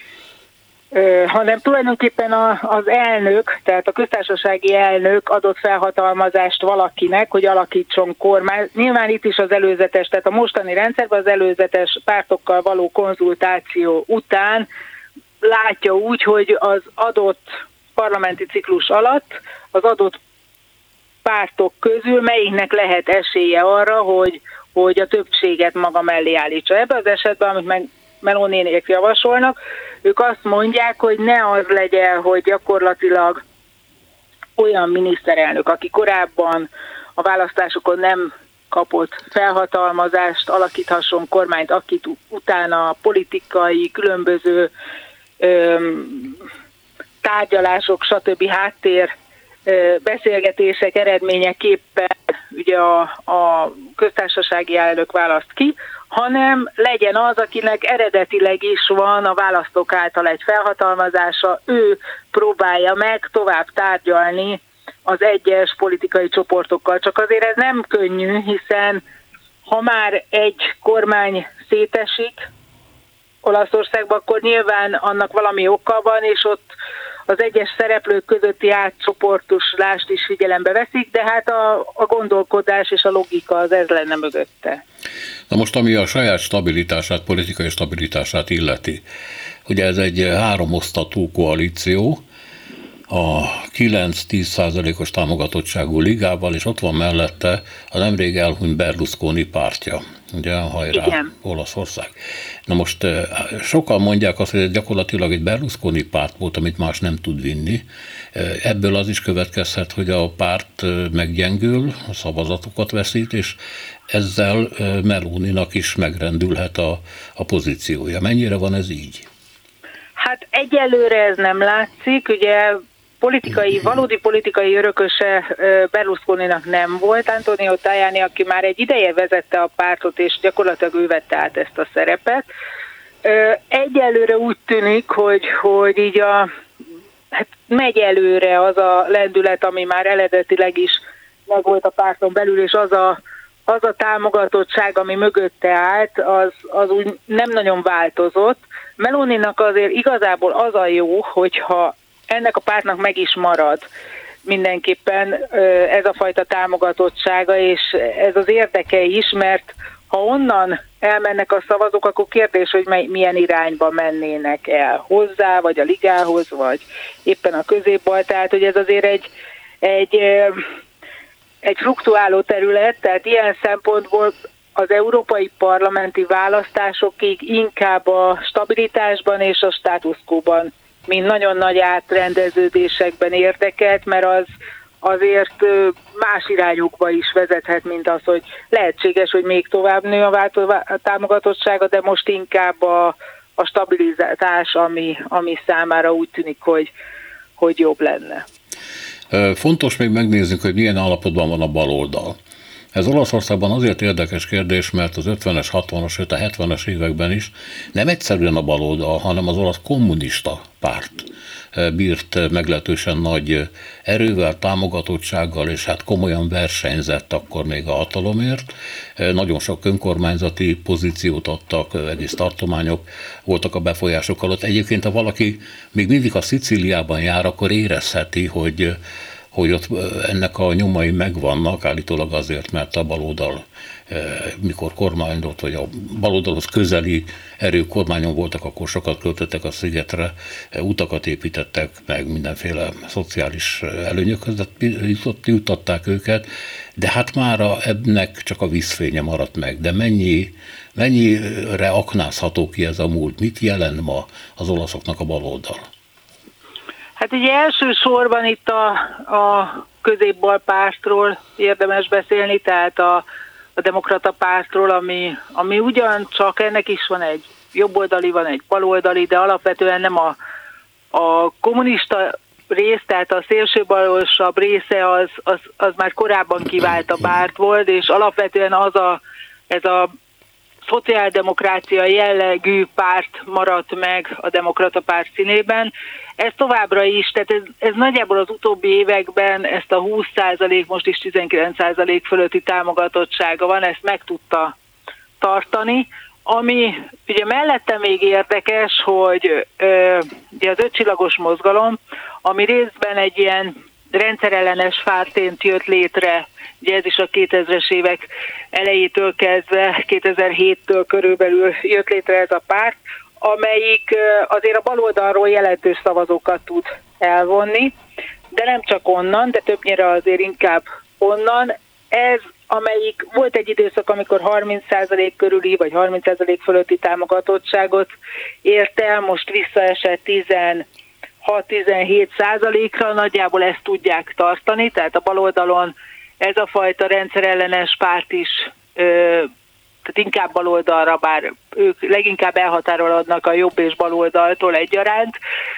ö, hanem tulajdonképpen a, az elnök, tehát a köztársasági elnök adott felhatalmazást valakinek, hogy alakítson kormány. Nyilván itt is az előzetes, tehát a mostani rendszerben az előzetes pártokkal való konzultáció után látja úgy, hogy az adott parlamenti ciklus alatt az adott pártok közül melyiknek lehet esélye arra, hogy, hogy a többséget maga mellé állítsa. Ebben az esetben, amit meg Meloniék javasolnak, ők azt mondják, hogy ne az legyen, hogy gyakorlatilag olyan miniszterelnök, aki korábban a választásokon nem kapott felhatalmazást, alakíthasson kormányt, akit utána politikai, különböző öm, tárgyalások, stb. Háttér ö, beszélgetések eredményeképpen ugye a, a köztársasági elnök választ ki, hanem legyen az, akinek eredetileg is van a választók által egy felhatalmazása, ő próbálja meg tovább tárgyalni az egyes politikai csoportokkal. Csak azért ez nem könnyű, hiszen ha már egy kormány szétesik Olaszországban, akkor nyilván annak valami oka van, és ott az egyes szereplők közötti átcsoportosulást is figyelembe veszik, de hát a, a gondolkodás és a logika az ez lenne mögötte. Na most, ami a saját stabilitását, politikai stabilitását illeti, ugye ez egy háromosztatú koalíció, a kilenc-tíz százalékos támogatottságú ligával, és ott van mellette a nemrég elhunyt Berlusconi pártja, ugye, hajrá, igen. Olaszország. Na most sokan mondják azt, hogy ez gyakorlatilag egy Berlusconi párt volt, amit más nem tud vinni. Ebből az is következhet, hogy a párt meggyengül, a szavazatokat veszít, és ezzel Meloninak is megrendülhet a, a pozíciója. Mennyire van ez így? Hát egyelőre ez nem látszik, ugye politikai, valódi politikai örököse Berlusconinak nem volt. Antonio Tajani, aki már egy ideje vezette a pártot, és gyakorlatilag ő vette át ezt a szerepet. Egyelőre úgy tűnik, hogy, hogy így a, hát megy előre az a lendület, ami már eredetileg is meg volt a párton belül, és az a, az a támogatottság, ami mögötte állt, az, az úgy nem nagyon változott. Meloninak azért igazából az a jó, hogyha ennek a pártnak meg is marad mindenképpen ez a fajta támogatottsága, és ez az érdeke is, mert ha onnan elmennek a szavazók, akkor kérdés, hogy milyen irányba mennének el hozzá, vagy a ligához, vagy éppen a középbal, tehát hogy ez azért egy, egy, egy fluktuáló terület, tehát ilyen szempontból az európai parlamenti választásokig inkább a stabilitásban és a státuszkóban, mint nagyon nagy átrendeződésekben érdekelt, mert az azért más irányokba is vezethet, mint az, hogy lehetséges, hogy még tovább nő a, a támogatottsága, de most inkább a, a stabilizálás, ami, ami számára úgy tűnik, hogy, hogy jobb lenne. Fontos még megnéznünk, hogy milyen állapotban van a baloldal. Ez Olaszországban azért érdekes kérdés, mert az ötvenes, hatvanas, sőt a hetvenes években is nem egyszerűen a baloldal, hanem az olasz kommunista párt bírt meglehetősen nagy erővel, támogatottsággal, és hát komolyan versenyzett akkor még a hatalomért. Nagyon sok önkormányzati pozíciót adtak, egész tartományok voltak a befolyások alatt. Egyébként, ha valaki még mindig a Szicíliában jár, akkor érezheti, hogy hogy ott ennek a nyomai megvannak, állítólag azért, mert a baloldal, mikor kormányzott, vagy a baloldalhoz közeli erők kormányon voltak, akkor sokat költöttek a szigetre, utakat építettek, meg mindenféle szociális előnyökhöz jutották őket, de hát mára ennek csak a vízfénye maradt meg. De mennyi, mennyire aknázható ki ez a múlt? Mit jelent ma az olaszoknak a baloldal? Hát ugye elsősorban itt a, a középbal pártról érdemes beszélni, tehát a, a demokrata pártról, ami, ami ugyancsak ennek is van egy jobboldali, van egy baloldali, de alapvetően nem a, a kommunista rész, tehát a szélsőbalosabb része az, az, az már korábban kivált a párt volt, és alapvetően az a, ez a szociáldemokrácia jellegű párt maradt meg a demokrata párt színében. Ez továbbra is, tehát ez, ez nagyjából az utóbbi években ezt a húsz százalék, most is tizenkilenc százalék fölötti támogatottsága van, ezt meg tudta tartani. Ami ugye mellette még érdekes, hogy ö, ugye az ötcsillagos mozgalom, ami részben egy ilyen rendszerellenes pártként jött létre, ugye ez is a kétezres évek elejétől kezdve, kétezer-héttől körülbelül jött létre ez a párt, amelyik azért a baloldalról jelentős szavazókat tud elvonni, de nem csak onnan, de többnyire azért inkább onnan. Ez, amelyik volt egy időszak, amikor harminc százalék körüli, vagy harminc százalék fölötti támogatottságot ért el, most visszaesett tizenhat-tizenhét százalékra, nagyjából ezt tudják tartani, tehát a baloldalon ez a fajta rendszerellenes párt is, tehát inkább baloldalra, bár ők leginkább elhatárolódnak a jobb és baloldaltól egyaránt,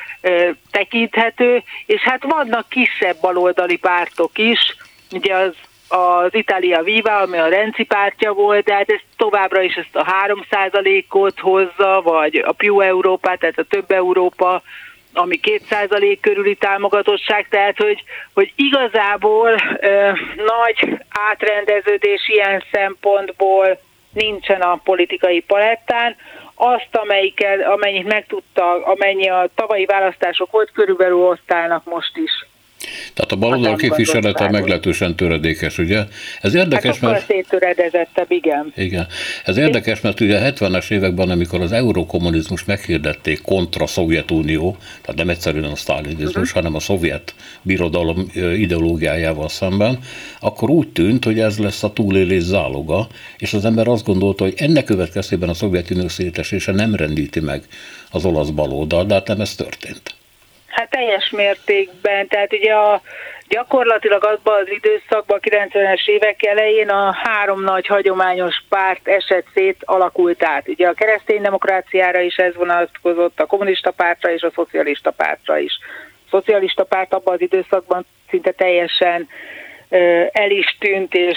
tekinthető, és hát vannak kisebb baloldali pártok is, ugye az, az Italia Viva, ami a Renzi pártja volt, de hát ez továbbra is ezt a három százalékot hozza, vagy a Più Európa, tehát a Több Európa, ami két százalék körüli támogatottság, tehát hogy, hogy igazából ö, nagy átrendeződés ilyen szempontból nincsen a politikai palettán. Azt, amelyikkel, amennyit megtudta, amennyi a tavalyi választások volt, körülbelül osztálnak most is. Tehát a baloldal képviselete meglehetősen töredékes, ugye? Ez érdekes, hát mert... széttöredezettebb, igen. Igen. Ez érdekes, mert ugye a hetvenes években, amikor az eurokommunizmus meghirdették kontra Szovjetunió, tehát nem egyszerűen a sztálinizmus, uh-huh. hanem a szovjet birodalom ideológiájával szemben, akkor úgy tűnt, hogy ez lesz a túlélés záloga, és az ember azt gondolta, hogy ennek következtében a Szovjetunió szétesése nem rendíti meg az olasz baloldal, de hát nem ez történt. Hát teljes mértékben, tehát ugye a, gyakorlatilag abban az időszakban, a kilencvenes évek elején a három nagy hagyományos párt esett szét, alakult át. Ugye a kereszténydemokráciára is ez vonatkozott, a kommunista pártra és a szocialista pártra is. A szocialista párt abban az időszakban szinte teljesen uh, el is tűnt, és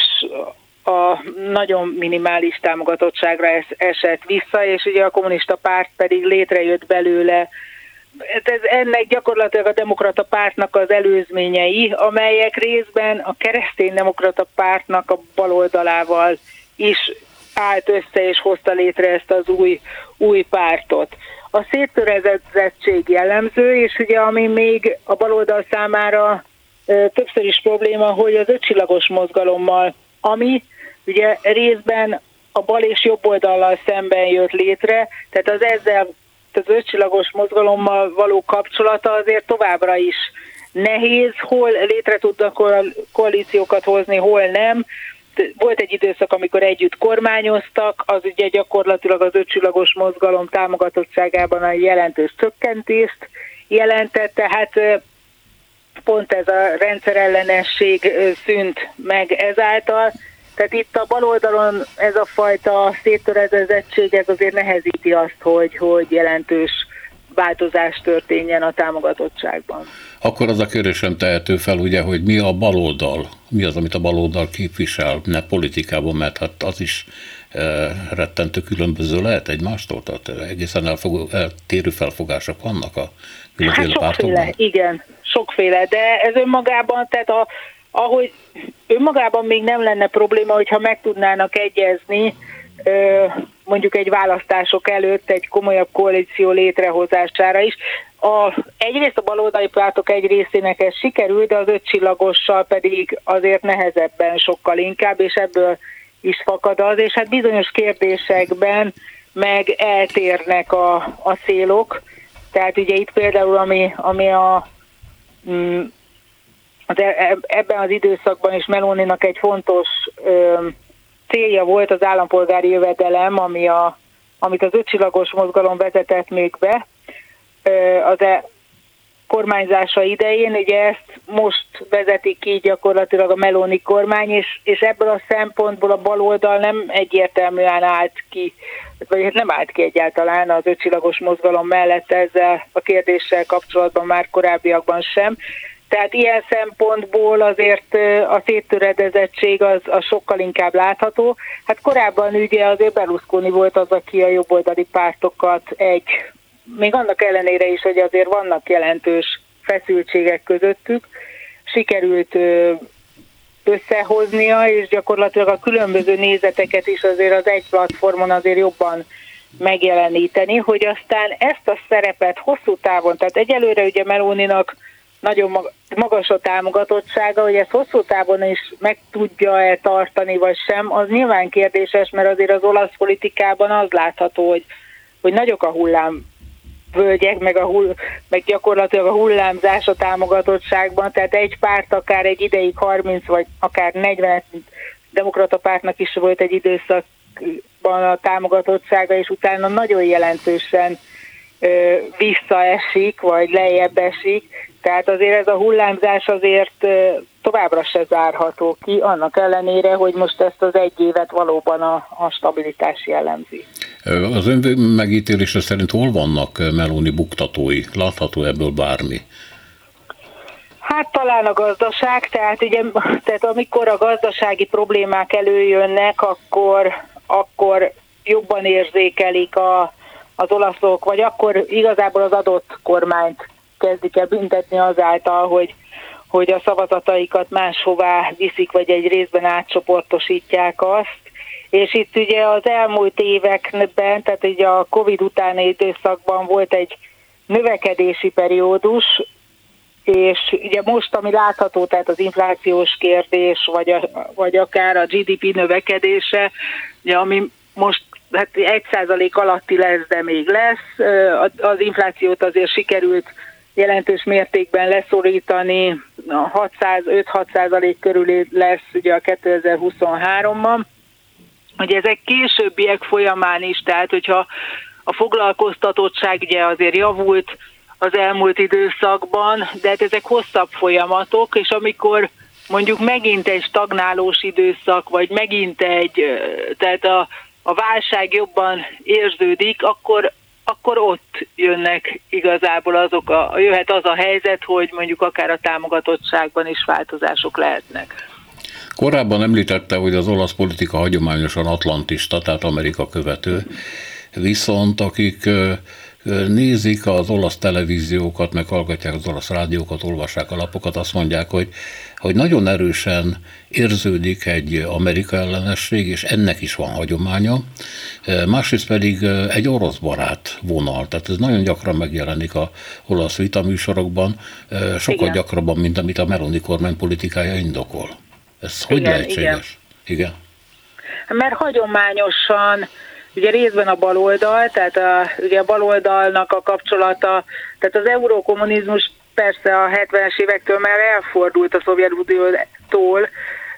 a nagyon minimális támogatottságra es, esett vissza, és ugye a kommunista párt pedig létrejött belőle. Ez ennek gyakorlatilag a demokrata pártnak az előzményei, amelyek részben a kereszténydemokrata pártnak a baloldalával is állt össze és hozta létre ezt az új, új pártot. A széttörezettség jellemző, és ugye ami még a baloldal számára e, többször is probléma, hogy az ötcsillagos mozgalommal, ami ugye részben a bal és jobb oldallal szemben jött létre, tehát az ezzel az ötcsillagos mozgalommal való kapcsolata azért továbbra is nehéz, hol létre tudnak koalíciókat hozni, hol nem. Volt egy időszak, amikor együtt kormányoztak, az ugye gyakorlatilag az ötcsillagos mozgalom támogatottságában a jelentős csökkentést jelentett, tehát pont ez a rendszerellenesség szűnt meg ezáltal. Tehát itt a baloldalon ez a fajta széttöredezettség, ez azért nehezíti azt, hogy, hogy jelentős változás történjen a támogatottságban. Akkor az a kérdésem tehető fel, ugye, hogy mi a baloldal, mi az, amit a baloldal képvisel, ne politikában, mert hát az is e, rettentő különböző lehet egymástól, tehát egészen elfog, eltérő felfogások vannak a különböző hát pártokban. Sokféle, igen, sokféle, de ez önmagában, tehát a ahogy önmagában még nem lenne probléma, hogyha meg tudnának egyezni mondjuk egy választások előtt egy komolyabb koalíció létrehozására is. A, egyrészt a baloldali pártok egy részének ez sikerül, de az ötcsillagossal pedig azért nehezebben sokkal inkább, és ebből is fakad az, és hát bizonyos kérdésekben meg eltérnek a, a célok. Tehát ugye itt például, ami, ami a mm, ebben az időszakban is Meloninak egy fontos ö, célja volt az állampolgári jövedelem, ami a, amit az ötcsillagos mozgalom vezetett még be ö, az e kormányzása idején. Ugye ezt most vezetik ki gyakorlatilag a Meloni kormány, és, és ebből a szempontból a baloldal nem egyértelműen állt ki, vagy nem állt ki egyáltalán az ötcsillagos mozgalom mellett ezzel a kérdéssel kapcsolatban már korábbiakban sem. Tehát ilyen szempontból azért a széttöredezettség az, az sokkal inkább látható. Hát korábban ugye azért Berlusconi volt az, aki a jobboldali pártokat egy, még annak ellenére is, hogy azért vannak jelentős feszültségek közöttük, sikerült összehoznia, és gyakorlatilag a különböző nézeteket is azért az egy platformon azért jobban megjeleníteni, hogy aztán ezt a szerepet hosszú távon, tehát egyelőre ugye Meloninak nagyon magas a támogatottsága, hogy ezt hosszú távon is meg tudja-e tartani, vagy sem, az nyilván kérdéses, mert azért az olasz politikában az látható, hogy, hogy nagyok a hullám völgyek, meg, a hull, meg gyakorlatilag a hullámzás a támogatottságban, tehát egy párt akár egy ideig harminc vagy akár negyven, demokrata pártnak is volt egy időszakban a támogatottsága, és utána nagyon jelentősen ö, visszaesik, vagy lejjebb esik, tehát azért ez a hullámzás azért ö, továbbra se zárható ki, annak ellenére, hogy most ezt az egy évet valóban a, a stabilitás jellemzi. Az ön megítélése szerint hol vannak Meloni buktatói? Látható ebből bármi? Hát talán a gazdaság, tehát ugye, tehát amikor a gazdasági problémák előjönnek, akkor, akkor jobban érzékelik a, az olaszok, vagy akkor igazából az adott kormányt kezdik el büntetni azáltal, hogy, hogy a szavazataikat máshová viszik, vagy egy részben átcsoportosítják azt. És itt ugye az elmúlt években, tehát ugye a Covid utáni időszakban volt egy növekedési periódus, és ugye most, ami látható, tehát az inflációs kérdés, vagy, a, vagy akár a gé dé pé növekedése, ugye, ami most hát egy százalék alatti lesz, de még lesz, az inflációt azért sikerült jelentős mértékben leszorítani, öt-hat százalék körül lesz ugye a kétezer-huszonháromban. Ugye ezek későbbiek folyamán is, tehát hogyha a foglalkoztatottság ugye azért javult az elmúlt időszakban, de hát ezek hosszabb folyamatok, és amikor mondjuk megint egy stagnálós időszak, vagy megint egy, tehát a, a válság jobban érződik, akkor, akkor ott jönnek igazából azok a, jöhet az a helyzet, hogy mondjuk akár a támogatottságban is változások lehetnek. Korábban említette, hogy az olasz politika hagyományosan atlantista, tehát Amerika követő, viszont akik nézik az olasz televíziókat, meg hallgatják az olasz rádiókat, olvassák a lapokat, azt mondják, hogy, hogy nagyon erősen érződik egy Amerika ellenesség, és ennek is van hagyománya. Másrészt pedig egy orosz barát vonal, tehát ez nagyon gyakran megjelenik az olasz vitaműsorokban, sokkal igen. gyakrabban, mint amit a Meloni kormány politikája indokol. Ez hogy igen, lehetséges? Igen. igen. Mert hagyományosan ugye részben a baloldal, tehát a, ugye a baloldalnak a kapcsolata, tehát az eurókommunizmus persze a hetvenes évektől már elfordult a Szovjetuniótól,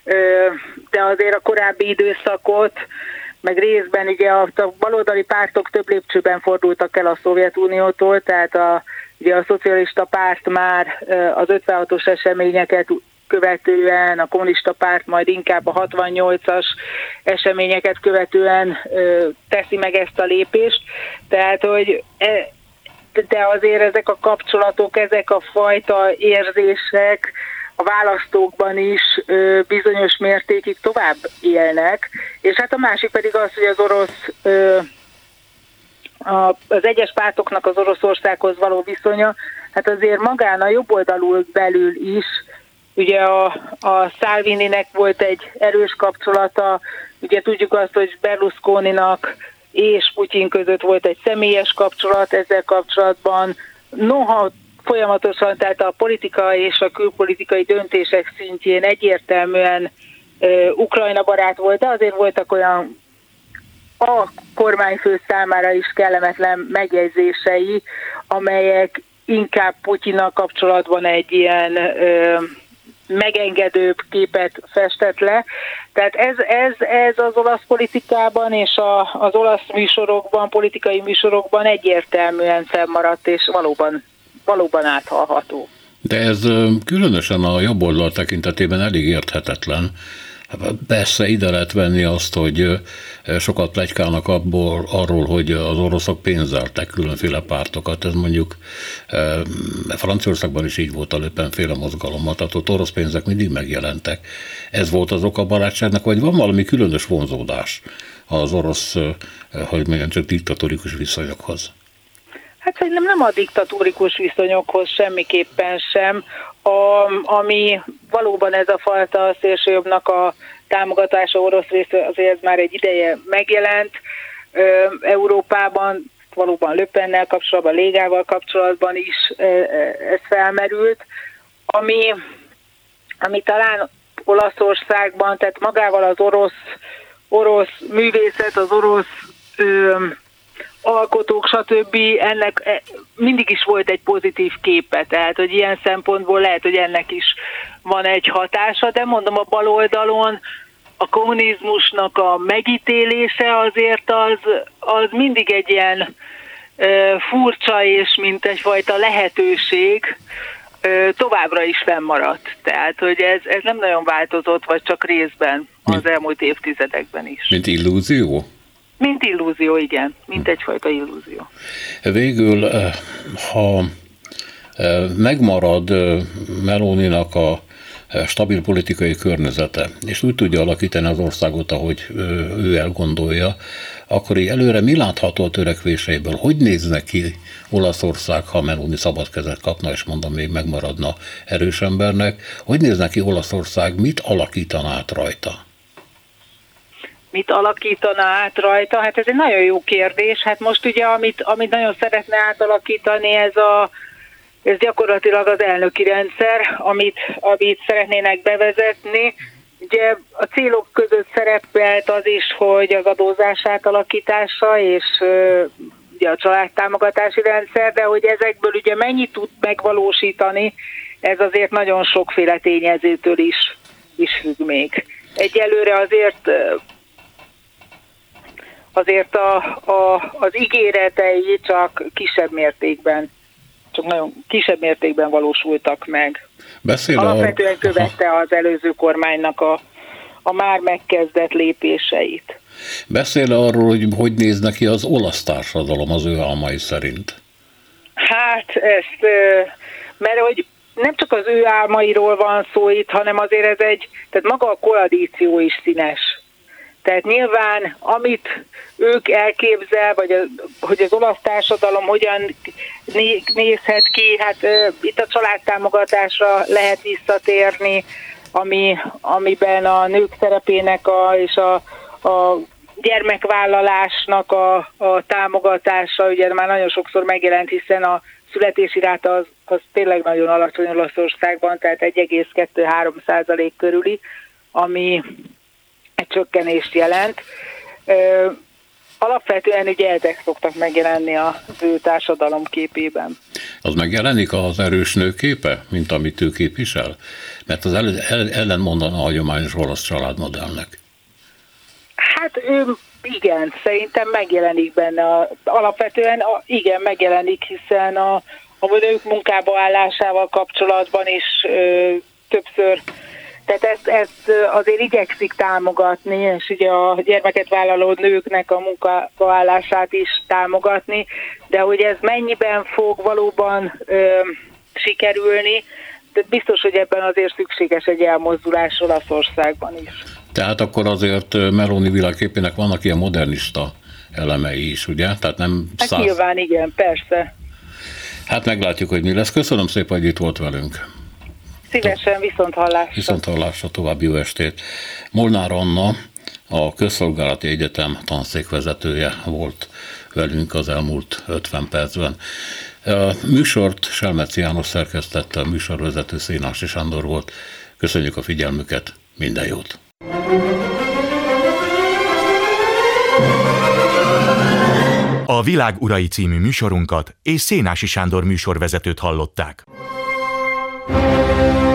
de azért a korábbi időszakot, meg részben ugye a, a baloldali pártok több lépcsőben fordultak el a Szovjetuniótól, tehát a, ugye a szocialista párt már az ötvenhatos eseményeket követően, a kommunista párt majd inkább a hatvannyolcas eseményeket követően ö, teszi meg ezt a lépést. Tehát, hogy e, de azért ezek a kapcsolatok, ezek a fajta érzések a választókban is ö, bizonyos mértékig tovább élnek. És hát a másik pedig az, hogy az orosz ö, a, az egyes pártoknak az Oroszországhoz való viszonya, hát azért magán a jobboldalul belül is. Ugye a, a Salvininek volt egy erős kapcsolata, ugye tudjuk azt, hogy Berlusconinak és Putyin között volt egy személyes kapcsolat ezzel kapcsolatban. Noha folyamatosan, tehát a politika és a külpolitikai döntések szintjén egyértelműen uh, Ukrajna barát volt, de azért voltak olyan a kormányfő számára is kellemetlen megjegyzései, amelyek inkább Putyinnal kapcsolatban egy ilyen uh, megengedőbb képet festett le. Tehát ez, ez, ez az olasz politikában és a, az olasz műsorokban, politikai műsorokban egyértelműen fennmaradt, és valóban, valóban áthallható. De ez különösen a jobb oldal tekintetében elég érthetetlen. Persze ide lehet venni azt, hogy sokat pletykálnak abból, arról, hogy az oroszok pénzeltek különféle pártokat. Ez mondjuk Franciaországban is így volt a Le Pen-féle mozgalommal, tehát ott orosz pénzek mindig megjelentek. Ez volt az oka a barátságnak, vagy van valami különös vonzódás az orosz, hogy mondjam, csak diktatórikus viszonyokhoz? Hát szerintem nem a diktatórikus viszonyokhoz semmiképpen sem, a, ami valóban ez a fajta szélsőjobbnak a támogatása orosz részről azért már egy ideje megjelent. Ö, Európában valóban Le Pennel kapcsolatban, Légával kapcsolatban is ez felmerült, ami, ami talán Olaszországban, tehát magával az orosz, orosz művészet, az orosz ö, alkotók stb. Ennek mindig is volt egy pozitív képe, tehát hogy ilyen szempontból lehet, hogy ennek is van egy hatása, de mondom, a baloldalon a kommunizmusnak a megítélése azért az, az mindig egy ilyen ö, furcsa és mint egyfajta lehetőség ö, továbbra is fennmaradt. Tehát, hogy ez, ez nem nagyon változott, vagy csak részben az mint, elmúlt évtizedekben is. Mint illúzió? Mint illúzió, igen. Mint egyfajta illúzió. Végül, ha megmarad Meloninak a stabil politikai környezete, és úgy tudja alakítani az országot, ahogy ő elgondolja, akkor így előre mi látható a törekvéseiből? Hogy nézne ki Olaszország, ha Meloni szabad kezet kapna, és mondom, még megmaradna erős embernek? Hogy nézne ki Olaszország, mit alakítaná át rajta? Mit alakítana át rajta? Hát ez egy nagyon jó kérdés. Hát most ugye, amit, amit nagyon szeretne átalakítani, ez a Ez gyakorlatilag az elnöki rendszer, amit, amit szeretnének bevezetni. Ugye a célok között szerepelt az is, hogy az adózás átalakítása és ugye a családtámogatási rendszer, de hogy ezekből ugye mennyit tud megvalósítani, ez azért nagyon sokféle tényezőtől is, is függ még. Egyelőre azért azért a, a, az ígéretei csak kisebb mértékben csak nagyon kisebb mértékben valósultak meg. Beszél Alapvetően a... követte az előző kormánynak a, a már megkezdett lépéseit. Beszél arról, hogy hogy néz neki az olasz társadalom az ő álmai szerint? Hát ezt, mert hogy nem csak az ő álmairól van szó itt, hanem azért ez egy, tehát maga a koalíció is színes. Tehát nyilván, amit ők elképzel, vagy a, hogy az olasz társadalom hogyan nézhet ki, hát uh, itt a családtámogatásra lehet visszatérni, ami, amiben a nők szerepének a, és a, a gyermekvállalásnak a, a támogatása, ugye már nagyon sokszor megjelent, hiszen a születési ráta az, az tényleg nagyon alacsony Olaszországban, tehát egy egész kettő-három százalék körüli, ami egy csökkenést jelent. Ö, alapvetően ugye ezek szoktak megjelenni az ő társadalom képében. Az megjelenik az erős nő képe, mint amit ő képvisel? Mert az ellen mondana a hagyományos olasz családmodellnek. Hát ő, igen, szerintem megjelenik benne. Alapvetően igen, megjelenik, hiszen a, a nők munkába állásával kapcsolatban is ö, többször. Tehát ezt, ezt azért igyekszik támogatni, és ugye a gyermeket vállaló nőknek a munkavállását is támogatni, de hogy ez mennyiben fog valóban ö, sikerülni, de biztos, hogy ebben azért szükséges egy elmozdulás Olaszországban is. Tehát akkor azért Meloni világképének vannak ilyen modernista elemei is, ugye? Tehát nem hát száz... nyilván igen, persze. Hát meglátjuk, hogy mi lesz. Köszönöm szépen, hogy itt volt velünk. Szívesen, viszont hallásra. Viszont hallásra, további jó estét. Molnár Anna, a Közszolgálati Egyetem tanszékvezetője volt velünk az elmúlt ötven percben. A műsort Selmeci János szerkesztette, a műsorvezető Szénási Sándor volt. Köszönjük a figyelmüket, minden jót! A Világ urai című műsorunkat és Szénási Sándor műsorvezetőt hallották.